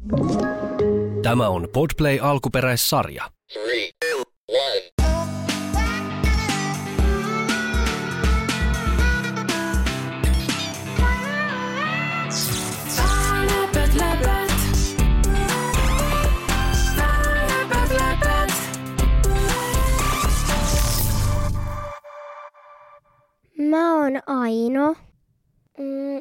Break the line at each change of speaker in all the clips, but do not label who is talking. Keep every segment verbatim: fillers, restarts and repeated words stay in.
Tämä on Podplay alkuperäissarja.
Three, two, one.
Mä oon Aino. Mm,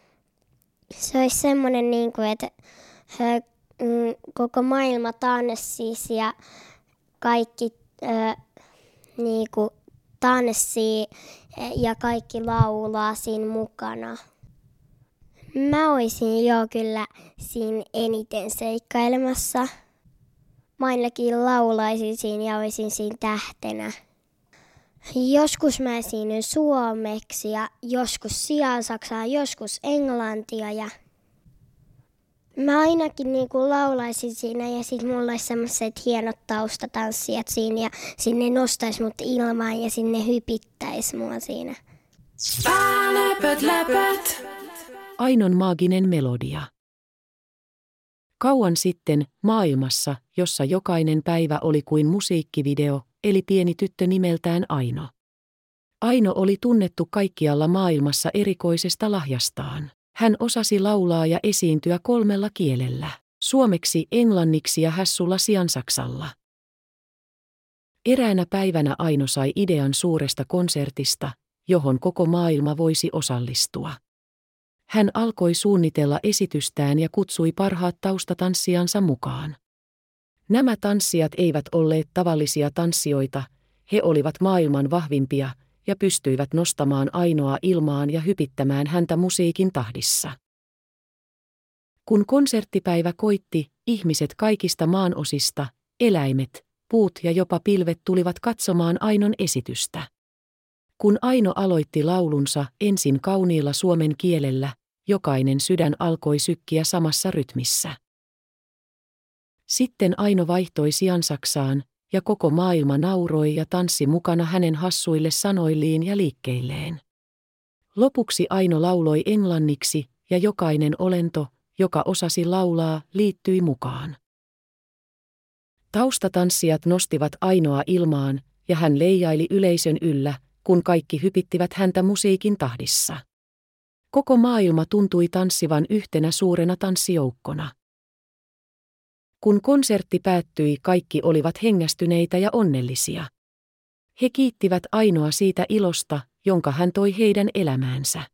se olisi semmoinen, niin kuin, että ö, mm, koko maailma tanssisi ja kaikki ö, niin kuin, tanssii ja kaikki laulaa siinä mukana. Mä oisin jo kyllä siinä eniten seikkailemassa. Mä ainakin laulaisin siinä ja oisin siinä tähtenä. Joskus mä esiinnyn suomeksi ja joskus siansaksaa, joskus englantia ja mä ainakin niinku laulaisin siinä ja sit mulla olisi semmoiset hienot taustatanssijat siinä ja sinne nostais mut ilmaan ja sinne hypittäis mua siinä.
Läpöt, läpöt.
Ainon maaginen melodia. Kauan sitten maailmassa, jossa jokainen päivä oli kuin musiikkivideo, eli pieni tyttö nimeltään Aino. Aino oli tunnettu kaikkialla maailmassa erikoisesta lahjastaan. Hän osasi laulaa ja esiintyä kolmella kielellä, suomeksi, englanniksi ja hässulla siansaksalla. Eräänä päivänä Aino sai idean suuresta konsertista, johon koko maailma voisi osallistua. Hän alkoi suunnitella esitystään ja kutsui parhaat taustatanssijansa mukaan. Nämä tanssijat eivät olleet tavallisia tanssijoita, he olivat maailman vahvimpia ja pystyivät nostamaan Ainoa ilmaan ja hypittämään häntä musiikin tahdissa. Kun konserttipäivä koitti, ihmiset kaikista maanosista, eläimet, puut ja jopa pilvet tulivat katsomaan Ainon esitystä. Kun Aino aloitti laulunsa ensin kauniilla suomen kielellä, jokainen sydän alkoi sykkiä samassa rytmissä. Sitten Aino vaihtoi siansaksaan, ja koko maailma nauroi ja tanssi mukana hänen hassuille sanoilleen ja liikkeilleen. Lopuksi Aino lauloi englanniksi, ja jokainen olento, joka osasi laulaa, liittyi mukaan. Taustatanssijat nostivat Ainoa ilmaan, ja hän leijaili yleisön yllä, kun kaikki hypittivät häntä musiikin tahdissa. Koko maailma tuntui tanssivan yhtenä suurena tanssijoukkona. Kun konsertti päättyi, kaikki olivat hengästyneitä ja onnellisia. He kiittivät Ainoa siitä ilosta, jonka hän toi heidän elämäänsä.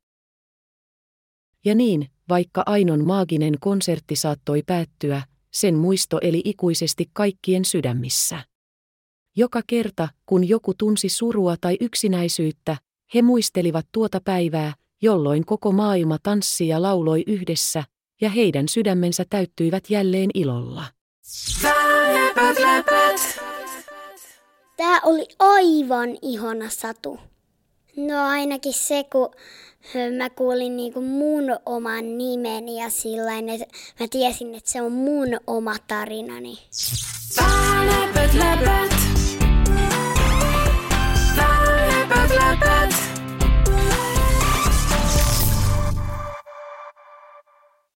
Ja niin, vaikka Ainon maaginen konsertti saattoi päättyä, sen muisto eli ikuisesti kaikkien sydämissä. Joka kerta, kun joku tunsi surua tai yksinäisyyttä, he muistelivat tuota päivää, jolloin koko maailma tanssi ja lauloi yhdessä, ja heidän sydämensä täyttyivät jälleen ilolla.
Läpöt, läpöt.
Tää oli aivan ihana satu. No ainakin se, kun mä kuulin niinku mun oman nimeni ja sillain, että mä tiesin, että se on mun oma tarinani.
Läpöt, läpöt.